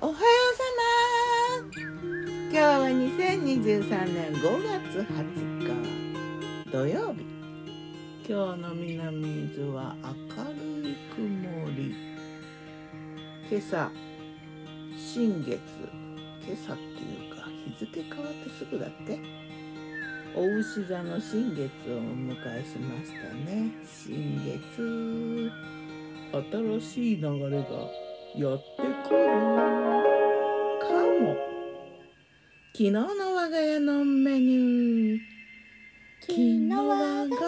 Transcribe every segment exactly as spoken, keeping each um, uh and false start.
おはようさま。今日はにせんにじゅうさんねんごがつはつか土曜日。今日の南伊豆は明るい曇り。今朝新月、今朝っていうか日付変わってすぐだっけ、お牛座の新月をお迎えしましたね。新月、新しい流れがやってくるかも。昨日の我が家のメニュー、昨日我がメニュ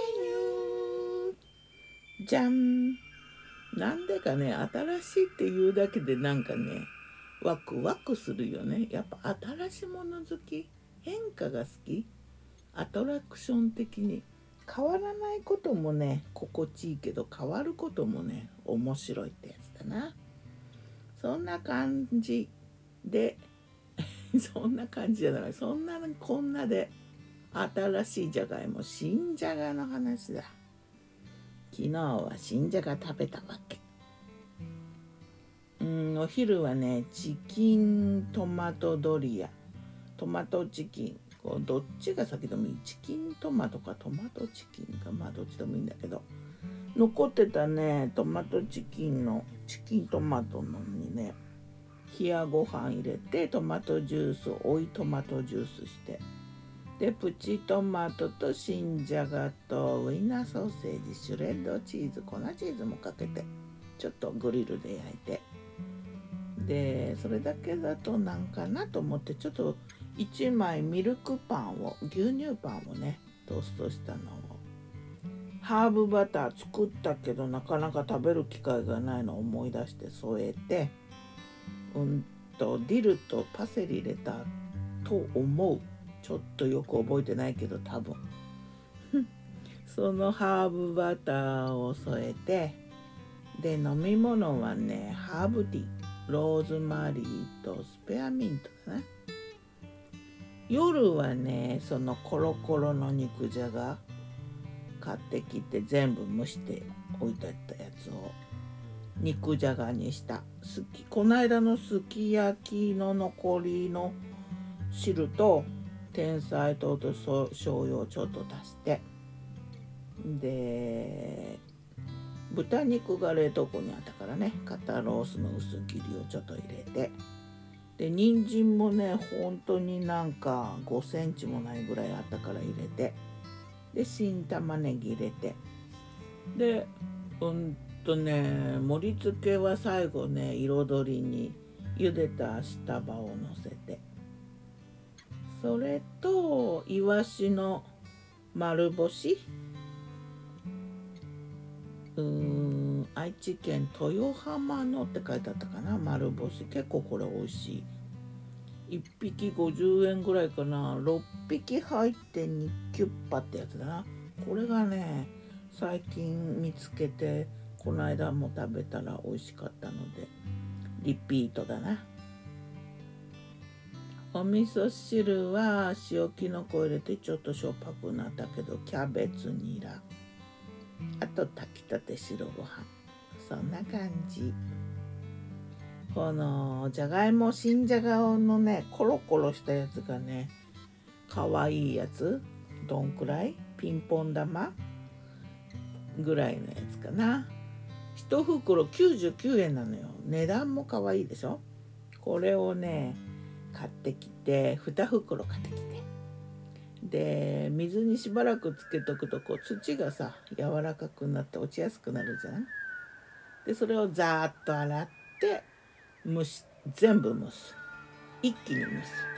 ーじゃん。なんでかね、新しいっていうだけでなんかねワクワクするよね。やっぱ新しいもの好き、変化が好き、アトラクション的に変わらないこともね心地いいけど、変わることもね面白いってやつだな。そんな感じでそんな感じじゃないそんなこんなで新しいじゃがいも、新じゃがの話だ。昨日は新じゃが食べたわけ。うんお昼はねチキントマトドリア、トマトチキン、こうどっちが先でもいい、チキントマトかトマトチキンか、まあどっちでもいいんだけど、残ってたねトマトチキンのチキントマトのにね冷やご飯入れて、トマトジュース、追いトマトジュースして、でプチトマトと新じゃがとウインナーソーセージ、シュレッドチーズ、粉チーズもかけてちょっとグリルで焼いて、でそれだけだとなんかなと思って、ちょっといちまいミルクパンを、牛乳パンをねトーストしたのを、ハーブバター作ったけどなかなか食べる機会がないのを思い出して添えて、うんとディルとパセリ入れたと思う。ちょっとよく覚えてないけど多分そのハーブバターを添えて、で飲み物はねハーブティー、ローズマリーとスペアミントだね。夜はねそのコロコロの肉じゃが買ってきて全部蒸して置いてあったやつを肉じゃがにした。すきこの間のすき焼きの残りの汁と天才糖と醤油をちょっと足して、で豚肉が冷凍庫にあったからね肩ロースの薄切りをちょっと入れて、で人参もね本当になんかごセンチもないぐらいあったから入れて、で新玉ねぎ入れて、でうんとね盛り付けは最後ね彩りに茹でた下葉をのせて、それとイワシの丸干し、うーん愛知県豊浜のって書いてあったかな、丸干し。結構これ美味しい。いっぴきごじゅうえんぐらいかな、ろっぴき入ってにキュッパってやつだな。これがね最近見つけて、この間も食べたら美味しかったのでリピートだな。お味噌汁は塩きのこ入れてちょっとしょっぱくなったけど、キャベツニラ、あと炊きたて白ご飯、そんな感じ。このじゃがいも、新じゃがのねコロコロしたやつがねかわいいやつ、どんくらいピンポン玉ぐらいのやつかな。一袋きゅうじゅうきゅうえんなのよ。値段もかわいいでしょ。これをね買ってきてに袋買ってきて、で水にしばらくつけとくとこう土がさ柔らかくなって落ちやすくなるじゃん。でそれをザーッと洗って蒸し全部蒸す、一気に蒸す。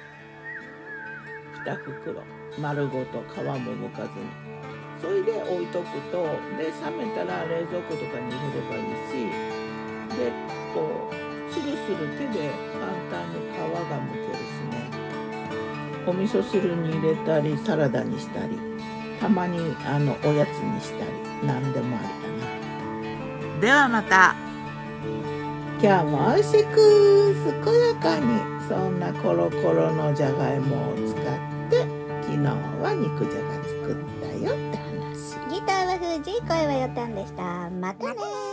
に袋丸ごと皮もむかずに、それで置いとくと、で冷めたら冷蔵庫とかに入れればいいし、でこうスルスル手で簡単に皮がむけるしね。お味噌汁に入れたりサラダにしたり、たまにあのおやつにしたり、何でもありだな。ではまた。今日も美味しく健やかに、そんなコロコロのじゃがいもを使って昨日は肉じゃが作ったよって話。 ギターは藤井、声はよたんでした。またね。